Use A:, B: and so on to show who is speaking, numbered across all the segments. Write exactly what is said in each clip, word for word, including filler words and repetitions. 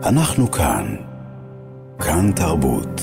A: אנחנו כאן. כאן תרבות.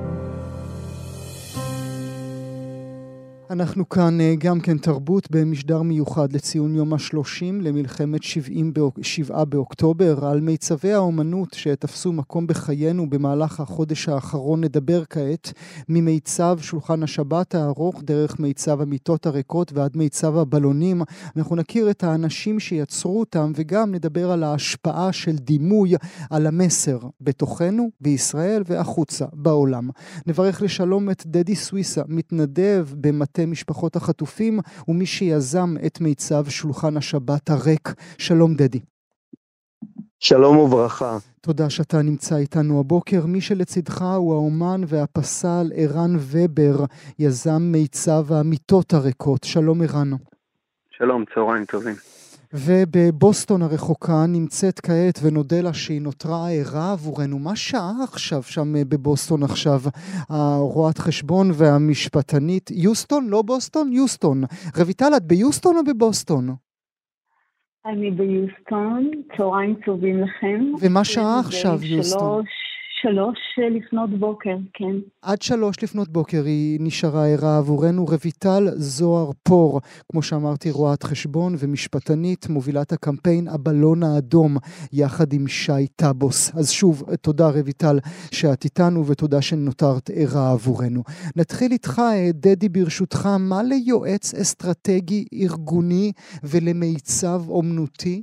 B: אנחנו כאן גם כן תרבות במשדר מיוחד לציון יום השלושים למלחמת שבעה באוקטובר. על מיצבי האומנות שתפסו מקום בחיינו במהלך החודש האחרון נדבר כעת, ממיצב שולחן השבת הארוך דרך מיצב המיטות הריקות ועד מיצב הבלונים. אנחנו נכיר את האנשים שיצרו אותם וגם נדבר על ההשפעה של דימוי על המסר בתוכנו, בישראל והחוצה בעולם. נברך לשלום את דדי סוויסה, מתנדב במטה משפחות החטופים ומי שיזם את מיצב שולחן השבת הריק. שלום דדי.
C: שלום וברכה.
B: תודה שאתה נמצא איתנו הבוקר. מי שלצדך הוא האומן והפסל ערן ובר, יזם מיצב המיטות הריקות. שלום ערן.
C: שלום, צהריים טובים.
B: ובבוסטון הרחוקה נמצאת כעת ונודה לה שהיא נותרה ערה עבורנו. מה שעה עכשיו שם בבוסטון עכשיו? הרואת חשבון והמשפטנית. יוסטון? לא בוסטון? יוסטון. רויטל, את ביוסטון או בבוסטון?
D: אני ביוסטון, צהריים טובים לכם.
B: ומה שעה עכשיו יוסטון?
D: שלוש לפנות בוקר, כן.
B: עד שלוש לפנות בוקר היא נשארה ערה עבורנו. רויטל זוהר פור, כמו שאמרתי, רואת חשבון ומשפטנית, מובילת הקמפיין הבלון האדום, יחד עם שי טאבוס. אז שוב, תודה רויטל שאת איתנו, ותודה שנותרת ערה עבורנו. נתחיל איתך, דדי, ברשותך, מה ליועץ אסטרטגי ארגוני ולמיצב אומנותי?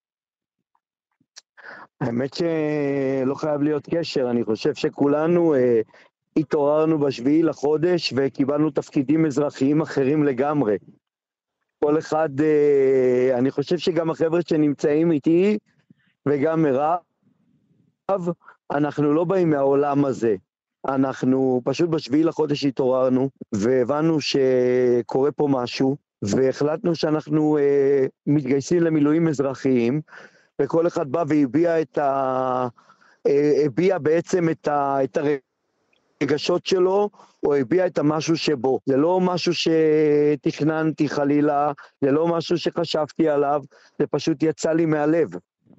C: האמת שלא חייב להיות קשר, אני חושב שכולנו אה, התעוררנו בשביעי לחודש וקיבלנו תפקידים אזרחיים אחרים לגמרי. כל אחד, אה, אני חושב שגם החבר'ה שנמצאים איתי וגם מרב, אנחנו לא באים מהעולם הזה. אנחנו פשוט בשביעי לחודש התעוררנו והבנו שקורה פה משהו, והחלטנו שאנחנו אה, מתגייסים למילואים אזרחיים, וכל אחד בא והביע את ה... הביע בעצם את, ה... את הרגשות שלו, או הביע את המשהו שבו. זה לא משהו שתכננתי חלילה, זה לא משהו שחשבתי עליו, זה פשוט יצא לי מהלב.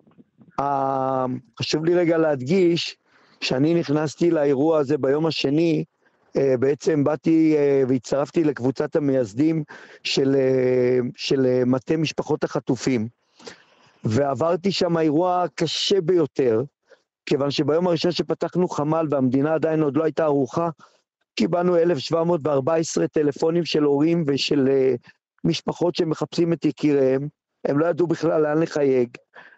C: חשוב לי רגע להדגיש, שאני נכנסתי לאירוע הזה ביום השני, בעצם באתי והצטרפתי לקבוצת המייסדים של, של מטה משפחות החטופים. ועברתי שם אירוע קשה ביותר, כיוון שביום הראשון שפתחנו חמ"ל והמדינה עדיין עוד לא הייתה ערוכה, קיבלנו אלף שבע מאות וארבע עשרה טלפונים של הורים ושל uh, משפחות שמחפשים את יקיריהם, הם לא ידעו בכלל לאן לחייג,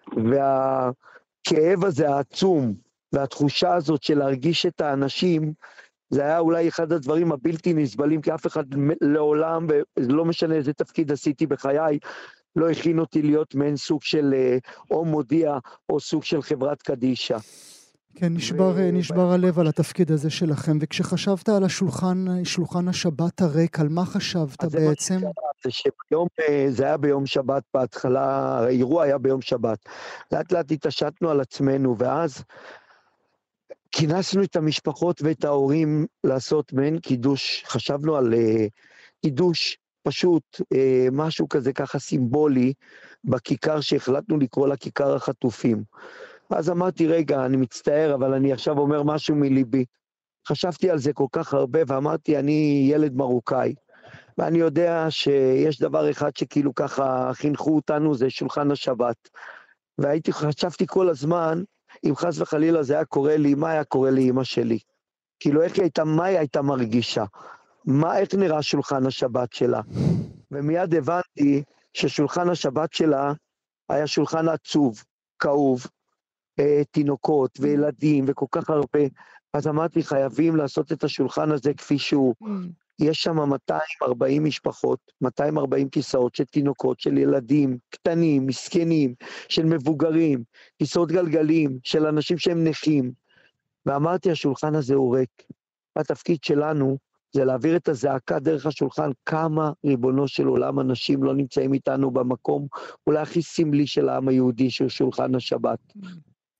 C: והכאב הזה העצום, והתחושה הזאת של להרגיש את האנשים, זה היה אולי אחד הדברים הבלתי נסבלים, כי אף אחד לעולם, ולא משנה איזה תפקיד עשיתי בחיי, לא הכין אותי להיות מעין סוג של או מודיע או סוג של חברת קדישה.
B: כן, נשבר, ו... נשבר הלב על התפקיד הזה שלכם, וכשחשבת על השולחן, שולחן השבת הריק, על מה חשבת בעצם?
C: זה שביום, זה היה ביום שבת בהתחלה, האירוע היה ביום שבת. לאט לאט התעשתנו על עצמנו, ואז כינסנו את המשפחות ואת ההורים לעשות מעין קידוש, חשבנו על קידוש, פשוט אה, משהו כזה ככה סימבולי בכיכר שהחלטנו לקרוא לה כיכר החטופים. אז אמרתי, רגע, אני מצטער, אבל אני עכשיו אומר משהו מליבי. חשבתי על זה כל כך הרבה ואמרתי, אני ילד מרוקאי, ואני יודע שיש דבר אחד שכאילו ככה חינכו אותנו, זה שולחן השבת. והייתי, חשבתי כל הזמן, אם חס וחלילה זה היה קורה לי, מה היה קורה לי אמא שלי? כאילו איך היא הייתה, מה היא הייתה מרגישה? מה, איך נראה שולחן השבת שלה? ומיד הבנתי ששולחן השבת שלה היה שולחן עצוב, כאוב, אה, תינוקות וילדים וכל כך הרבה. אז אמרתי, חייבים לעשות את השולחן הזה כפי שהוא. Mm. יש שם מאתיים וארבעים משפחות, מאתיים וארבעים כיסאות של תינוקות, של ילדים קטנים, מסכנים, של מבוגרים, כיסאות גלגלים, של אנשים שהם נכים. ואמרתי, השולחן הזה הוא ריק. התפקיד שלנו זה להעביר את הזעקה דרך השולחן, כמה ריבונו של עולם אנשים לא נמצאים איתנו במקום, אולי הכי סמלי של העם היהודי, שהוא שולחן השבת.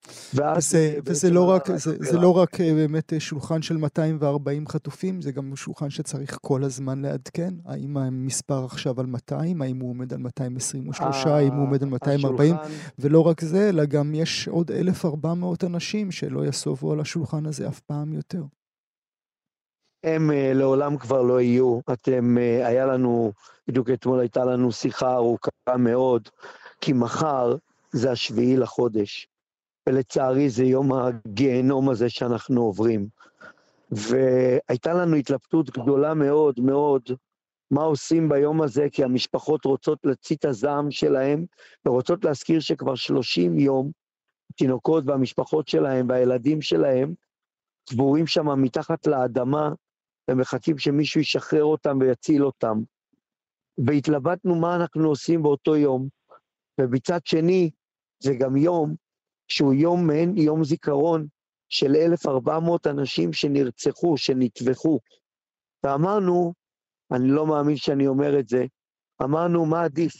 B: וזה, וזה לא רק, זה, זה לא רק באמת שולחן של מאתיים וארבעים חטופים, זה גם שולחן שצריך כל הזמן לעדכן. האם המספר עכשיו על מאתיים, האם הוא עומד על מאתיים עשרים ושלוש, האם הוא עומד על מאתיים וארבעים, ולא רק זה, אלא גם יש עוד אלף וארבע מאות אנשים שלא יסובו על השולחן הזה אף פעם יותר.
C: הם לעולם כבר לא יהיו. אתם, היה לנו, בדיוק אתמול הייתה לנו שיחה ארוכה מאוד, כי מחר זה השביעי לחודש. ולצערי זה יום הגיהנום הזה שאנחנו עוברים. והייתה לנו התלבטות גדולה מאוד מאוד, מה עושים ביום הזה, כי המשפחות רוצות להוציא את הזעם שלהם, ורוצות להזכיר שכבר שלושים יום, תינוקות והמשפחות שלהם והילדים שלהם, קבורים שם מתחת לאדמה, ומחכים שמישהו ישחרר אותם ויציל אותם. והתלבטנו מה אנחנו עושים באותו יום, ובצד שני, זה גם יום, שהוא יום מעין יום זיכרון של אלף וארבע מאות אנשים שנרצחו, שנטבחו. ואמרנו, אני לא מאמין שאני אומר את זה, אמרנו מה עדיף?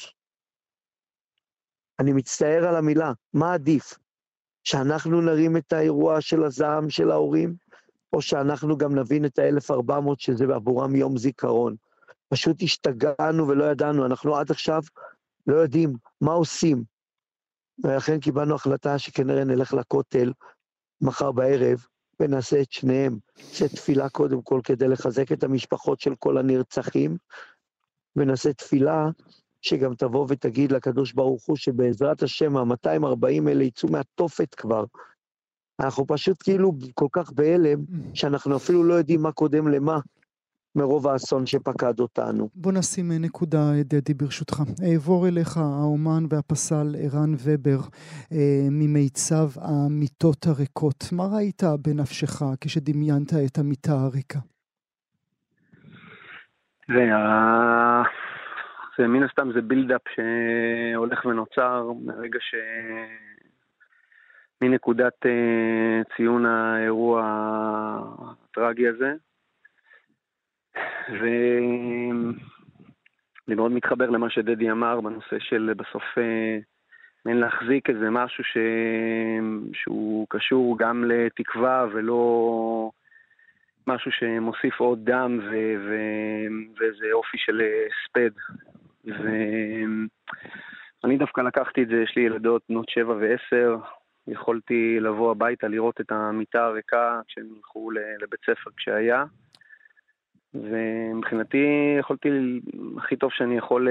C: אני מצטער על המילה, מה עדיף? שאנחנו נרים את האירוע של הזעם של ההורים, או שאנחנו גם נבין את ה-אלף וארבע מאות שזה בעבורם יום זיכרון. פשוט השתגענו ולא ידענו, אנחנו עד עכשיו לא יודעים מה עושים. ולכן קיבלנו החלטה שכנראה נלך לכותל מחר בערב, ונעשה את שניהם. נעשה תפילה קודם כל כדי לחזק את המשפחות של כל הנרצחים, ונעשה תפילה שגם תבוא ותגיד לקדוש ברוך הוא שבעזרת השם ה-מאתיים וארבעים אלה יצאו מהתופת כבר. אנחנו פשוט כאילו כל כך בהלם, שאנחנו אפילו לא יודעים מה קודם למה, מרוב האסון שפקד אותנו.
B: בוא נשים נקודה, דדי, ברשותך. אעבור אליך האומן והפסל ערן ובר, ממיצב המיטות הריקות. מה ראית בנפשך כשדמיינת את המיטה הריקה?
E: זה, זה מן הסתם זה בילדאפ שהולך ונוצר מרגע ש... מנקודת ציון האירוע הטרגי הזה. ואני מאוד מתחבר למה שדדי אמר בנושא של בסוף אין להחזיק איזה משהו ש... שהוא קשור גם לתקווה ולא משהו שמוסיף עוד דם ו... ו... ואיזה אופי של ספד. ואני דווקא לקחתי את זה, יש לי ילדות בנות שבע ועשר, יכולתי לבוא הביתה לראות את המיטה הריקה כשהם הלכו לבית ספר כשהיה, ומבחינתי יכולתי, הכי טוב שאני יכול,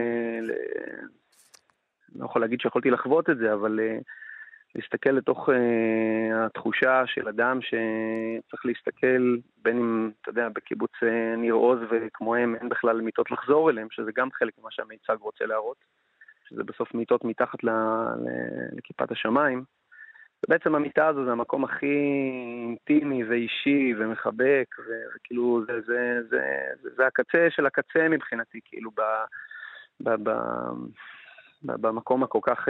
E: לא יכול להגיד שיכולתי לחוות את זה, אבל להסתכל לתוך התחושה של אדם שצריך להסתכל, בין אם, אתה יודע, בקיבוץ ניר עוז וכמוהם אין בכלל מיטות לחזור אליהם, שזה גם חלק ממה שהמיצג רוצה להראות, שזה בסוף מיטות מתחת לכיפת השמיים. ובעצם המיטה הזו זה המקום הכי אינטימי ואישי ומחבק, וכאילו זה, זה, זה, זה, זה הקצה של הקצה מבחינתי, כאילו ב, ב, ב, ב, במקום הכל כך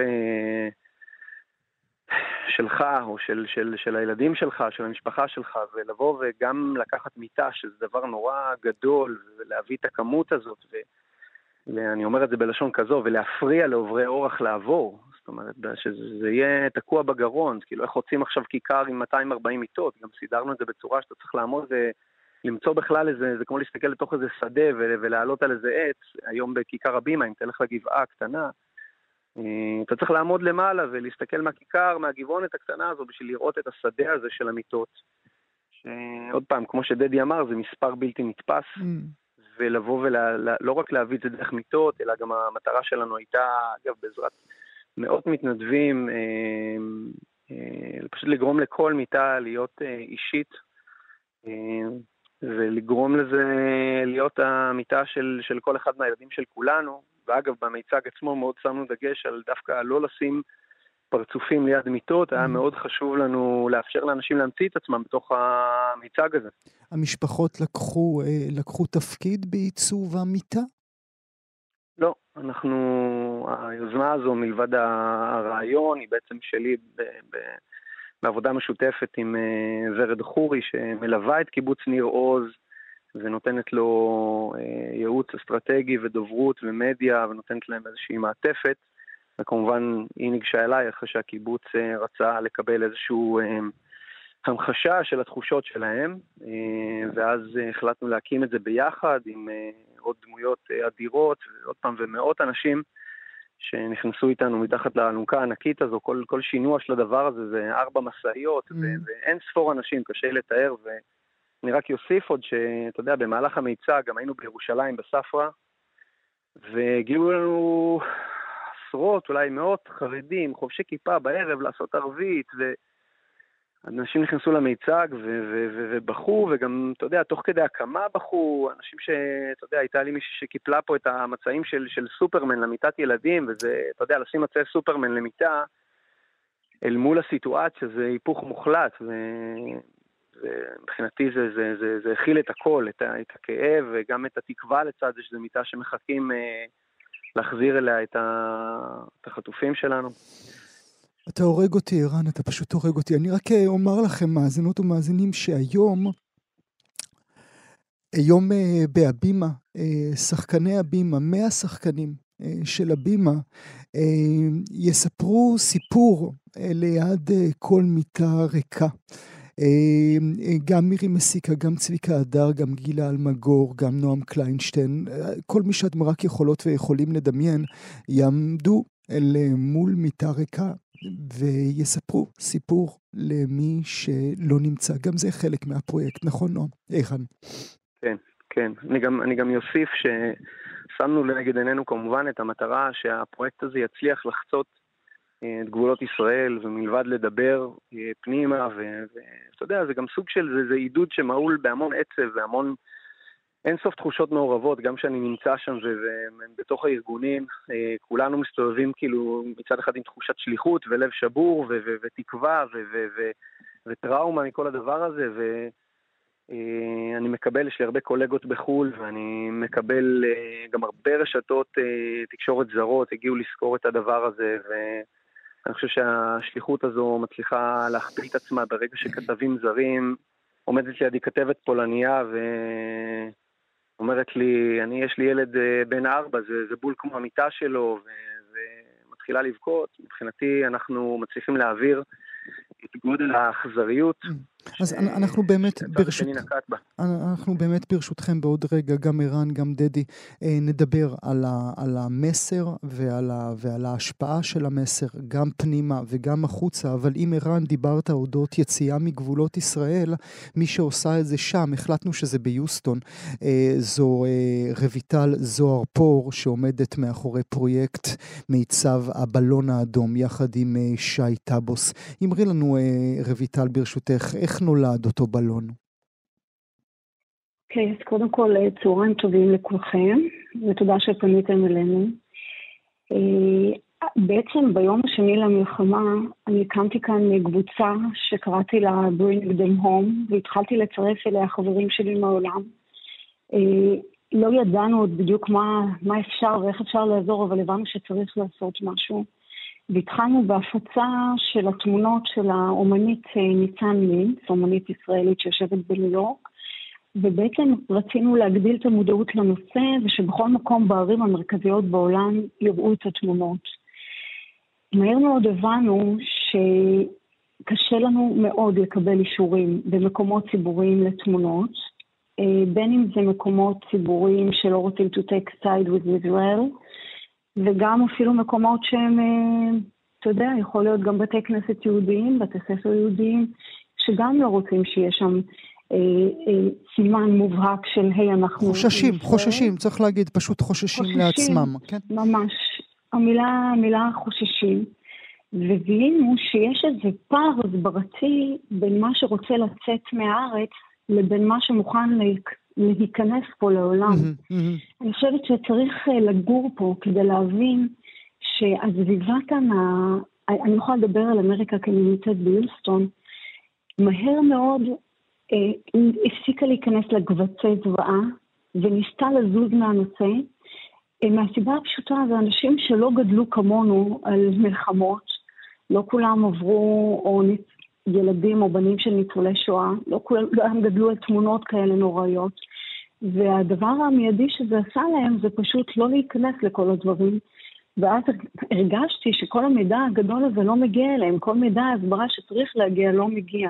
E: שלך, או של, של, של הילדים שלך, של המשפחה שלך, ולבוא וגם לקחת מיטה, שזה דבר נורא גדול, ולהביא את הכמות הזאת, ואני אומר את זה בלשון כזו, ולהפריע לעוברי אורח לעבור, זאת אומרת, שזה יהיה תקוע בגרון, כאילו איך רוצים עכשיו כיכר עם מאתיים וארבעים מיטות, גם סידרנו את זה בצורה שאתה צריך לעמוד ולמצוא בכלל איזה, זה כמו להסתכל לתוך איזה שדה ולעלות על איזה עץ, היום בכיכר הבימה, אם תלך לגבעה הקטנה, אתה צריך לעמוד למעלה ולהסתכל מהכיכר, מהגבעונת הקטנה הזו, בשביל לראות את השדה הזה של המיטות, שעוד פעם, כמו שדדי אמר, זה מספר בלתי נתפס, mm. ולבוא ולא רק להביא את זה דרך מיטות, אלא גם המטרה שלנו הייתה, אגב, בעזרת מאות מתנדבים, אה, אה, פשוט לגרום לכל מיטה להיות אה, אישית, אה, ולגרום לזה להיות המיטה של, של כל אחד מהילדים של כולנו, ואגב במיצג עצמו מאוד שמנו דגש על דווקא לא לשים פרצופים ליד מיטות, היה מאוד חשוב לנו לאפשר לאנשים להמציא את עצמם בתוך המיצג הזה.
B: המשפחות לקחו, לקחו תפקיד בעיצוב המיטה?
E: לא, אנחנו, היוזמה הזו מלבד הרעיון היא בעצם שלי ב, ב, בעבודה משותפת עם ורד חורי שמלווה את קיבוץ ניר עוז ונותנת לו ייעוץ אסטרטגי ודוברות ומדיה ונותנת להם איזושהי מעטפת. וכמובן היא ניגשה אליי אחרי שהקיבוץ רצה לקבל איזשהו המחשה של התחושות שלהם, ואז החלטנו להקים את זה ביחד עם עוד דמויות אדירות, ועוד פעם ומאות אנשים שנכנסו איתנו מתחת לאלונקה הענקית הזו. כל, כל שינוע של הדבר הזה זה ארבע מסעיות, mm. ואין ספור אנשים, קשה לתאר, ואני רק יוסיף עוד שאתה יודע, במהלך המיצה גם היינו בירושלים בספרה, והגיעו לנו עשרות, אולי מאות חרדים, חובשי כיפה בערב לעשות ערבית, ואנשים נכנסו למיצג ו- ו- ו- ובחו, וגם, אתה יודע, תוך כדי הקמה בחו, אנשים שאתה יודע, הייתה לי מישהי שקיפלה פה את המצעים של, של סופרמן למיטת ילדים, וזה, אתה יודע, לשים מצעי סופרמן למיטה, אל מול הסיטואציה, זה היפוך מוחלט, ו- ומבחינתי זה, זה, זה, זה הכיל את הכל, את, ה- את הכאב, וגם את התקווה לצד זה, שזו מיטה שמחכים אה, להחזיר אליה את, ה- את החטופים שלנו.
B: אתה הורג אותי, ערן, אתה פשוט הורג אותי. אני רק אומר לכם, מאזינות ומאזינים, שהיום, היום בהבימה, שחקני הבימה, מאה שחקנים של הבימה, יספרו סיפור ליד כל מיטה ריקה. גם מירי מסיקה, גם צביקה הדר, גם גילה אלמגור, גם נועם קליינשטיין, כל מי שאתם רק יכולות ויכולים לדמיין, יעמדו אל מול מיטה ריקה, ויספרו סיפור למי שלא נמצא. גם זה חלק מהפרויקט, נכון נועם? איכן.
E: כן, כן. אני גם, אני גם יוסיף ששמנו לנגד עינינו כמובן את המטרה שהפרויקט הזה יצליח לחצות את גבולות ישראל, ומלבד לדבר פנימה, ואתה יודע, זה גם סוג של, זה, זה עידוד שמעול בהמון עצב, והמון אין סוף תחושות מעורבות, גם שאני נמצא שם ובתוך הארגונים, כולנו מסתובבים כאילו מצד אחד עם תחושת שליחות ולב שבור ו- ו- ותקווה ו- ו- ו- וטראומה מכל הדבר הזה, ואני מקבל, יש לי הרבה קולגות בחול, ואני מקבל גם הרבה רשתות תקשורת זרות, הגיעו לזכור את הדבר הזה, ואני חושב שהשליחות הזו מצליחה להכפיל את עצמה ברגע שכתבים זרים, עומדת לידי כתבת פולניה ו... אומרת לי, אני, יש לי ילד בן ארבע, זה, זה בול כמו המיטה שלו, ומתחילה לבכות. מבחינתי אנחנו מצליחים להעביר את גודל האכזריות.
B: אז אנחנו באמת, ברשות, אנחנו באמת ברשותכם בעוד רגע, גם ערן, גם דדי, נדבר על, ה, על המסר ועל, ה, ועל ההשפעה של המסר, גם פנימה וגם החוצה, אבל אם ערן דיברת אודות יציאה מגבולות ישראל, מי שעושה את זה שם, החלטנו שזה ביוסטון, זו רויטל זוהר פור, שעומדת מאחורי פרויקט מיצב הבלון האדום, יחד עם שי טאבוס. אמרי לנו רויטל ברשותך, איך נולד אותו בלון?
D: אוקיי, okay, אז קודם כל צהריים טובים לכולכם, ותודה שפניתם אלינו. בעצם ביום השני למלחמה, אני הקמתי כאן קבוצה שקראתי לה Bring Them Home, והתחלתי לצרף אליה חברים שלי מהעולם. לא ידענו עוד בדיוק מה, מה אפשר ואיך אפשר לעזור, אבל הבנו שצריך לעשות משהו. והתחלנו בהפצה של התמונות של האומנית ניצן לינץ, אומנית ישראלית שיושבת בניו יורק, ובעצם רצינו להגדיל את המודעות לנושא, ושבכל מקום בערים המרכזיות בעולם יראו את התמונות. מהר מאוד הבנו שקשה לנו מאוד לקבל אישורים במקומות ציבוריים לתמונות, בין אם זה מקומות ציבוריים שלא רוצים to take side with Israel, וגם אפילו מקומות שהם, אתה יודע, יכול להיות גם בתי כנסת יהודיים, בתי ספר יהודיים, שגם לא רוצים שיש שם אה, אה, סימן מובהק של היי אנחנו...
B: חוששים, חוששים, צריך להגיד, פשוט חוששים, חוששים לעצמם. כן?
D: ממש, המילה, המילה חוששים. וזיהינו שיש איזה פער הסברתי בין מה שרוצה לצאת מהארץ, לבין מה שמוכן להיכנס פה לעולם. אני חושבת שצריך לגור פה כדי להבין שהסביבה כאן, אני יכולה לדבר על אמריקה כנמצאת ביוסטון, מהר מאוד הפסיקה להיכנס לגבצי זוועה, וניסתה לזוז מהנושא, מהסיבה הפשוטה זה אנשים שלא גדלו כמונו על מלחמות, לא כולם עברו או ילדים או בנים של ניצולי שואה, לא כולם גדלו על תמונות כאלה נוראיות, והדבר המיידי שזה עשה להם זה פשוט לא להיכנס לכל הדברים, ואז הרגשתי שכל המידע הגדול הזה לא מגיע אליהם, כל מידע ההסברה שצריך להגיע לא מגיע.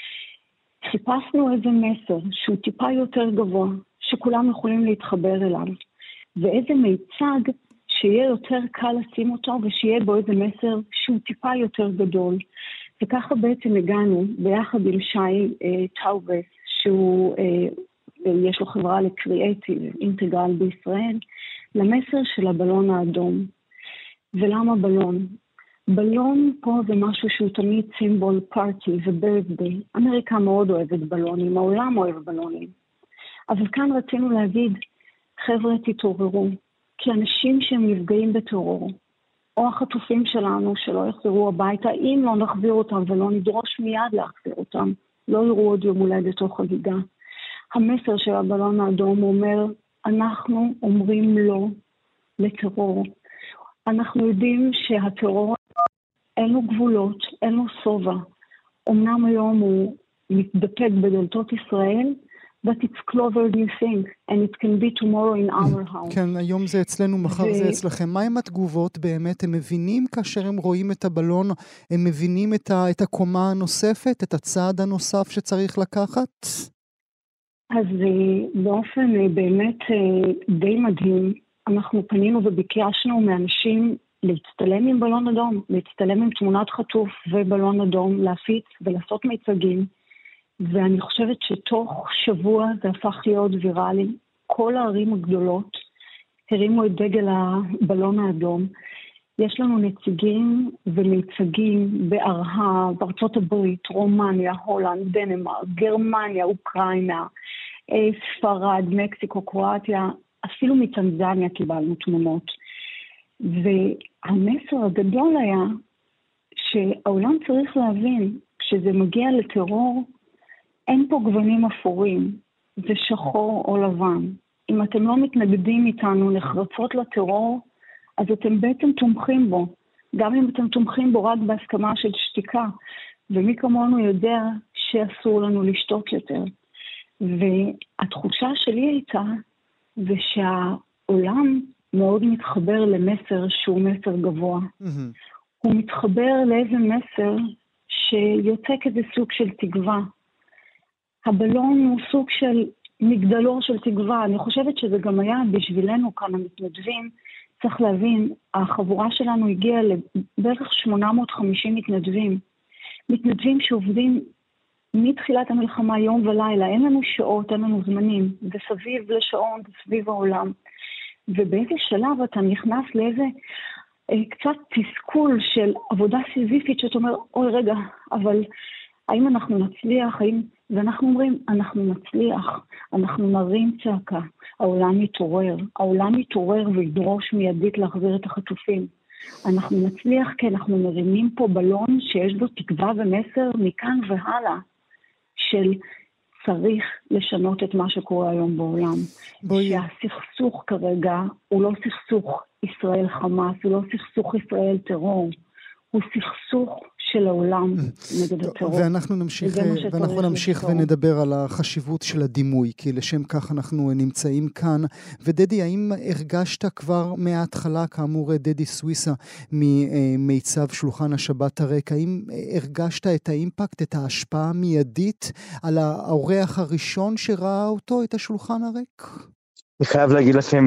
D: חיפשנו איזה מסר שהוא טיפה יותר גבוה, שכולם יכולים להתחבר אליו, ואיזה מיצג שיהיה יותר קל לשים אותו, ושיהיה בו איזה מסר שהוא טיפה יותר גדול. וככה בעצם הגענו ביחד עם שי אה, טאובס, שהוא, אה, יש לו חברה לקריאטיב אינטגרל בישראל, למסר של הבלון האדום. ולמה בלון? בלון פה זה משהו שהוא תמיד סימבול פארטי וברדבי. אמריקה מאוד אוהבת בלונים, העולם אוהב בלונים. אבל כאן רצינו להגיד, חבר'ה תתעוררו, כי אנשים שהם נפגעים בטרור, או החטופים שלנו שלא יחזרו הביתה, אם לא נחזיר אותם ולא נדרוש מיד להחזיר אותם, לא יראו עוד יום הולדת או חגיגה. המסר של הבלון האדום אומר, אנחנו אומרים לא לטרור. אנחנו יודעים שהטרור אין לו גבולות, אין לו סובה. אמנם היום הוא מתדפק בדלתות ישראל, but it's closer than you think, and it can be tomorrow in our house.
B: כן, היום זה אצלנו, מחר זה אצלכם. מה עם התגובות באמת? הם מבינים כאשר הם רואים את הבלון, הם מבינים את, ה, את הקומה הנוספת, את הצעד הנוסף שצריך לקחת?
D: אז באופן באמת די מדהים, אנחנו פנינו וביקשנו מאנשים להצטלם עם בלון אדום, להצטלם עם תמונת חטוף ובלון אדום, להפיץ ולעשות מיצגים, ואני חושבת שתוך שבוע זה הפך להיות ויראלי. כל הערים הגדולות הרימו את דגל הבלון האדום. יש לנו נציגים ומיצגים בארה"ב, בארצות הברית, רומניה, הולנד, דנמרק, גרמניה, אוקראינה, ספרד, מקסיקו, קרואטיה, אפילו מטנזניה קיבלנו תמונות. והמסר הגדול היה שהעולם צריך להבין, כשזה מגיע לטרור, אין פה גוונים אפורים, זה שחור או לבן. אם אתם לא מתנגדים איתנו נחרצות לטרור, אז אתם בעצם תומכים בו. גם אם אתם תומכים בו רק בהסכמה של שתיקה. ומי כמונו יודע שאסור לנו לשתוק יותר. והתחושה שלי הייתה, זה שהעולם מאוד מתחבר למסר שהוא מסר גבוה. Mm-hmm. הוא מתחבר לאיזה מסר שיוצא כזה סוג של תקווה. הבלון הוא סוג של מגדלור של תקווה. אני חושבת שזה גם היה בשבילנו כאן המתנדבים. צריך להבין, החבורה שלנו הגיעה לבערך שמונה מאות וחמישים מתנדבים. מתנדבים שעובדים מתחילת המלחמה יום ולילה. אין לנו שעות, אין לנו זמנים. זה סביב לשעון, זה סביב העולם. ובאיזה שלב אתה נכנס לאיזה אה, קצת תסכול של עבודה סיזיפית, שאתה אומר, אוי רגע, אבל האם אנחנו נצליח? האם... ואנחנו אומרים, אנחנו נצליח, אנחנו נרים צעקה, העולם מתעורר, העולם מתעורר וידרוש מיידית להחזיר את החטופים. אנחנו נצליח כי אנחנו מרימים פה בלון שיש בו תקווה ומסר מכאן והלאה, של צריך לשנות את מה שקורה היום בעולם. בואי. שהסכסוך כרגע הוא לא סכסוך ישראל חמאס, הוא לא סכסוך ישראל טרור, הוא סכסוך של העולם נגד הטרור.
B: ואנחנו נמשיך, ואנחנו נמשיך ונדבר על החשיבות של הדימוי, כי לשם כך אנחנו נמצאים כאן. ודדי, האם הרגשת כבר מההתחלה, כאמור דדי סוויסה ממיצב שולחן השבת הריק, האם הרגשת את האימפקט, את ההשפעה המיידית על האורח הראשון שראה אותו, את השולחן הריק?
C: אני חייב להגיד לכם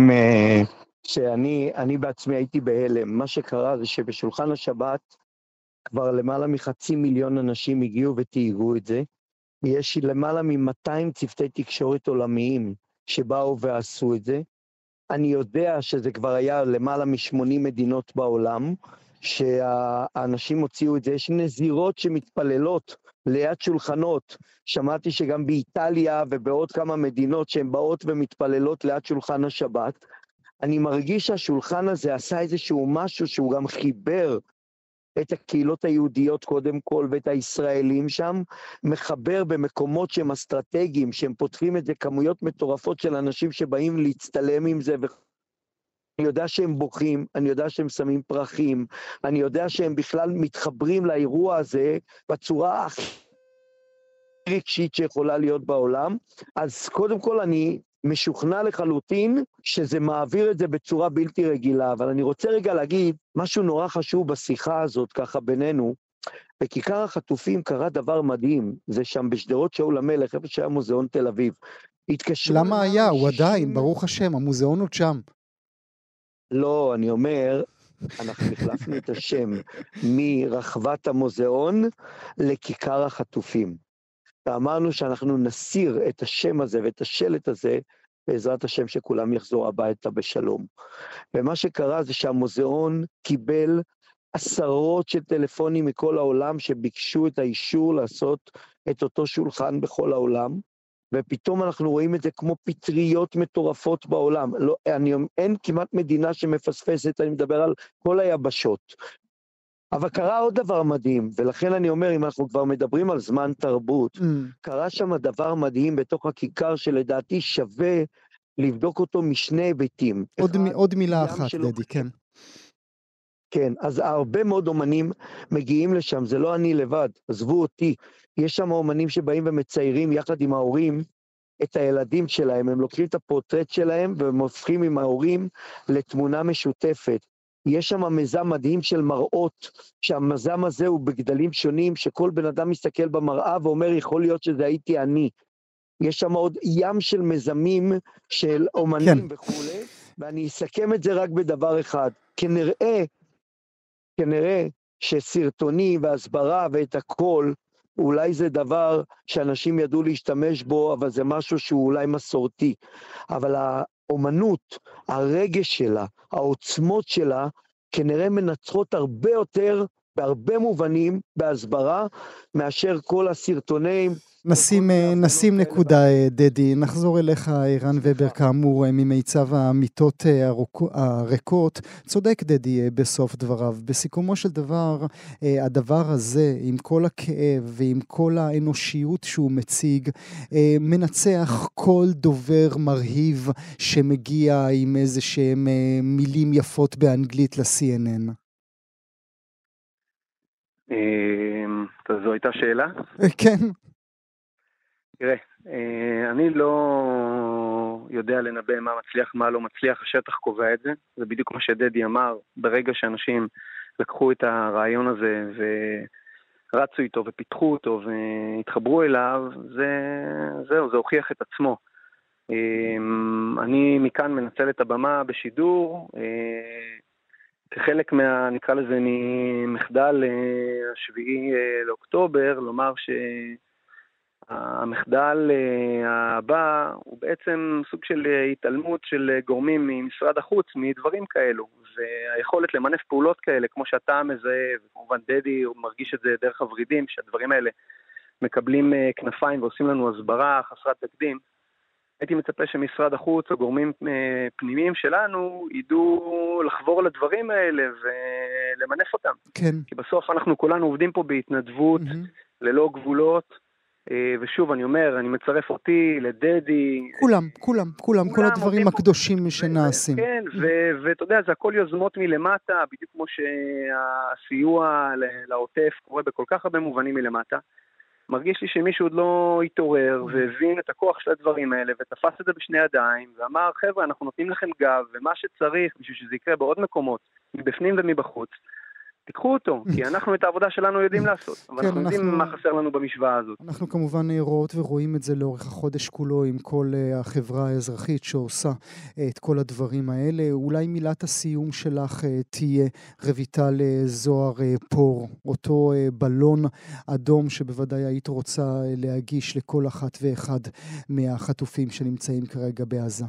C: שאני אני בעצמי הייתי בהלם. מה שקרה זה שבשולחן השבת כבר למעלה מחצי מיליון אנשים הגיעו ותייגו את זה. יש למעלה מ-מאתיים צוותי תקשורת עולמיים שבאו ועשו את זה. אני יודע שזה כבר היה למעלה מ-שמונים מדינות בעולם, שהאנשים הוציאו את זה. יש נזירות שמתפללות ליד שולחנות. שמעתי שגם באיטליה ובעוד כמה מדינות שהן באות ומתפללות ליד שולחן השבת. אני מרגיש שהשולחן הזה עשה איזשהו משהו שהוא גם חיבר את הקהילות היהודיות קודם כל ואת הישראלים שם, מחבר במקומות שהם אסטרטגיים, שהם פותחים את זה כמויות מטורפות של אנשים שבאים להצטלם עם זה, אני יודע שהם בוכים, אני יודע שהם שמים פרחים, אני יודע שהם בכלל מתחברים לאירוע הזה בצורה הכי רגשית שיכולה להיות בעולם. אז קודם כל אני משוכנע לחלוטין שזה מעביר את זה בצורה בלתי רגילה, אבל אני רוצה רגע להגיד משהו נורא חשוב בשיחה הזאת ככה בינינו. בכיכר החטופים קרה דבר מדהים, זה שם בשדרות שאול המלך, איפה שהיה מוזיאון תל אביב.
B: למה היה? הוא עדיין, ברוך השם, המוזיאון עוד שם.
C: לא, אני אומר, אנחנו החלפנו את השם מרחבת המוזיאון לכיכר החטופים. ואמרנו שאנחנו נסיר את השם הזה ואת השלט הזה, בעזרת השם שכולם יחזור הביתה בשלום. ומה שקרה זה שהמוזיאון קיבל עשרות של טלפונים מכל העולם שביקשו את האישור לעשות את אותו שולחן בכל העולם, ופתאום אנחנו רואים את זה כמו פטריות מטורפות בעולם. לא, אני, אין כמעט מדינה שמפספסת, אני מדבר על כל היבשות. אבל קרה עוד דבר מדהים, ולכן אני אומר, אם אנחנו כבר מדברים על זמן תרבות, mm. קרה שם דבר מדהים בתוך הכיכר שלדעתי שווה לבדוק אותו משני היבטים.
B: עוד, אחד, מ- עוד מילה אחת, שלו... דדי, כן.
C: כן, אז הרבה מאוד אומנים מגיעים לשם, זה לא אני לבד, עזבו אותי. יש שם אומנים שבאים ומציירים יחד עם ההורים את הילדים שלהם, הם לוקחים את הפורטרט שלהם והם הופכים עם ההורים לתמונה משותפת. יש שם מיזם מדהים של מראות, שהמיזם הזה הוא בגדלים שונים, שכל בן אדם מסתכל במראה ואומר, יכול להיות שזה הייתי אני. יש שם עוד ים של מיזמים של אומנים כן. וכו', ואני אסכם את זה רק בדבר אחד. כנראה, כנראה שסרטונים והסברה ואת הכל, אולי זה דבר שאנשים ידעו להשתמש בו, אבל זה משהו שהוא אולי מסורתי. אבל האומנות, הרגש שלה, העוצמות שלה, כנראה מנצחות הרבה יותר, בהרבה מובנים, בהסברה, מאשר כל הסרטונים.
B: נשים, נשים נקודה, דדי. נחזור אליך, ערן ובר, כאמור, ממיצב המיטות הריקות. צודק, דדי, בסוף דבריו. בסיכומו של דבר, הדבר הזה, עם כל הכאב ועם כל האנושיות שהוא מציג, מנצח כל דובר מרהיב שמגיע עם איזה שהם מילים יפות באנגלית ל-סי אן אן.
E: זו הייתה שאלה?
B: כן.
E: תראה, אני לא יודע לנבא מה מצליח, מה לא מצליח, השטח קובע את זה. זה בדיוק מה שדדי אמר, ברגע שאנשים לקחו את הרעיון הזה ורצו איתו ופיתחו אותו והתחברו אליו, זה, זהו, זה הוכיח את עצמו. אני מכאן מנצל את הבמה בשידור, כחלק מה, נקרא לזה, מחדל השביעי לאוקטובר, לומר ש... המחדל הבא הוא בעצם סוג של התעלמות של גורמים ממשרד החוץ מדברים כאלו, והיכולת למנף פעולות כאלה, כמו שאתה מזהה, וכמובן דדי הוא מרגיש את זה דרך הורידים, שהדברים האלה מקבלים כנפיים ועושים לנו הסברה חסרת תקדים. הייתי מצפה שמשרד החוץ או גורמים פנימיים שלנו ידעו לחבור לדברים האלה ולמנף אותם.
B: כן.
E: כי בסוף אנחנו כולנו עובדים פה בהתנדבות, mm-hmm. ללא גבולות, ושוב, אני אומר, אני מצרף אותי לדדי.
B: כולם, כולם, כולם, כל הדברים הקדושים שנעשים.
E: כן, ואתה יודע, זה הכל יוזמות מלמטה, בדיוק כמו שהסיוע לעוטף קורה בכל כך הרבה מובנים מלמטה. מרגיש לי שמישהו עוד לא התעורר והבין את הכוח של הדברים האלה, ותפס את זה בשני ידיים, ואמר, חבר'ה, אנחנו נותנים לכם גב, ומה שצריך בשביל שזה יקרה בעוד מקומות, מבפנים ומבחוץ, תיקחו אותו, כי אנחנו את העבודה שלנו יודעים לעשות, אבל אנחנו יודעים מה חסר לנו במשוואה הזאת.
B: אנחנו כמובן רואות ורואים את זה לאורך החודש כולו, עם כל החברה האזרחית שעושה את כל הדברים האלה. אולי מילת הסיום שלך תהיה, רויטל זוהר פור, אותו בלון אדום שבוודאי היית רוצה להגיש לכל אחת ואחד מהחטופים שנמצאים כרגע בעזה.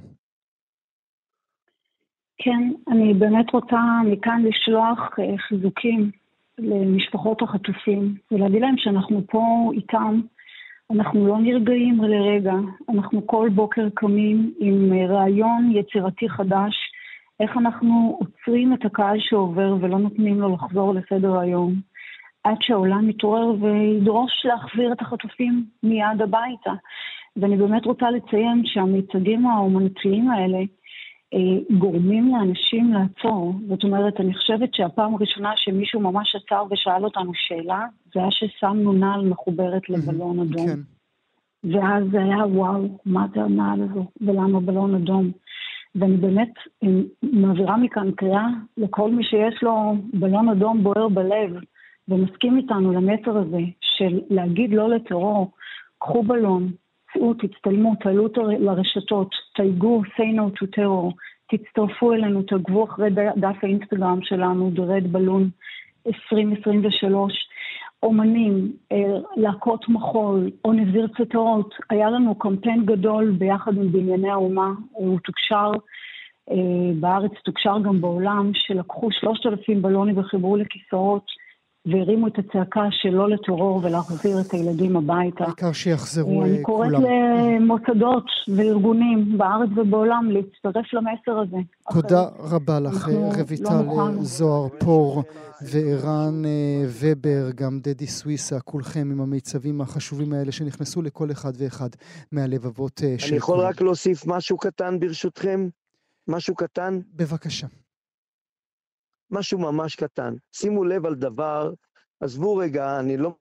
D: כן, אני באמת רוצה מכאן לשלוח חיזוקים למשפחות החטופים, ולהגיד להם שאנחנו פה איתם, אנחנו לא נרגעים לרגע, אנחנו כל בוקר קמים עם רעיון יצירתי חדש, איך אנחנו עוצרים את הקהל שעובר ולא נותנים לו לחזור לסדר היום, עד שהעולם מתעורר וידרוש להחזיר את החטופים מיד הביתה. ואני באמת רוצה לציין שהמיצגים האומנותיים האלה, גורמים לאנשים לעצור. זאת אומרת, אני חושבת שהפעם הראשונה שמישהו ממש עצר ושאל אותנו שאלה, זה היה ששמנו נעל מחוברת לבלון אדום.
B: כן.
D: ואז זה היה וואו, מה זה הנעל הזו, ולמה בלון אדום. ואני באמת מעבירה מכאן קריאה לכל מי שיש לו בלון אדום בוער בלב, ומסכים איתנו למסר הזה של להגיד לא לטרור, קחו בלון, צאו, תצטלמו, תעלו אותו לרשתות, תייגו, say no to terror, תצטרפו אלינו, תגבו אחרי דף האינסטגרם שלנו, דרד בלון עשרים עשרים ושלוש, אומנים, להקות מחול, אוניברסיטאות, היה לנו קמפיין גדול ביחד עם בנייני האומה, הוא תוקשר בארץ, תוקשר גם בעולם, שלקחו שלושת אלפים בלונים וחיברו לכיסאות, והרימו את הצעקה שלא לטרור ולהחזיר את הילדים הביתה.
B: העיקר שיחזרו כולם.
D: אני קוראת למוסדות וארגונים בארץ ובעולם להצטרף למסר הזה.
B: תודה רבה לך, רויטל זוהר פור וערן ובר, גם דדי סוויסה, כולכם עם המיצבים החשובים האלה שנכנסו לכל אחד ואחד מהלבבות של כולם.
C: אני יכול רק להוסיף משהו קטן ברשותכם? משהו קטן?
B: בבקשה.
C: משהו ממש קטן. שימו לב על דבר, עזבו רגע, אני לא...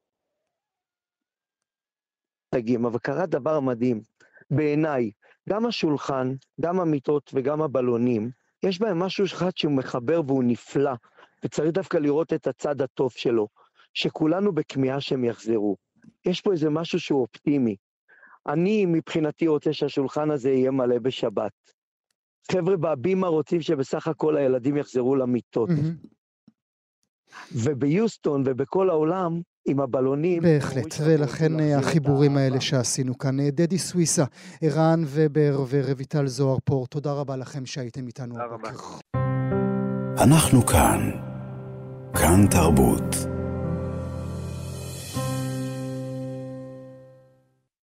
C: אבל קרה דבר מדהים. בעיניי, גם השולחן, גם המיטות וגם הבלונים, יש בהם משהו אחד שהוא מחבר והוא נפלא, וצריך דווקא לראות את הצד הטוב שלו, שכולנו בכמיהה שהם יחזרו. יש פה איזה משהו שהוא אופטימי. אני מבחינתי רוצה שהשולחן הזה יהיה מלא בשבת. חבר'ה בהבימה רוצים שבסך הכל הילדים יחזרו למיטות. וביוסטון ובכל העולם, עם הבלונים...
B: בהחלט, ולכן החיבורים האלה שעשינו כאן. דדי סוויסה, ערן ובר ורויטל זוהר פור, תודה רבה לכם שהייתם איתנו הבוקר.
A: אנחנו כאן, כאן תרבות.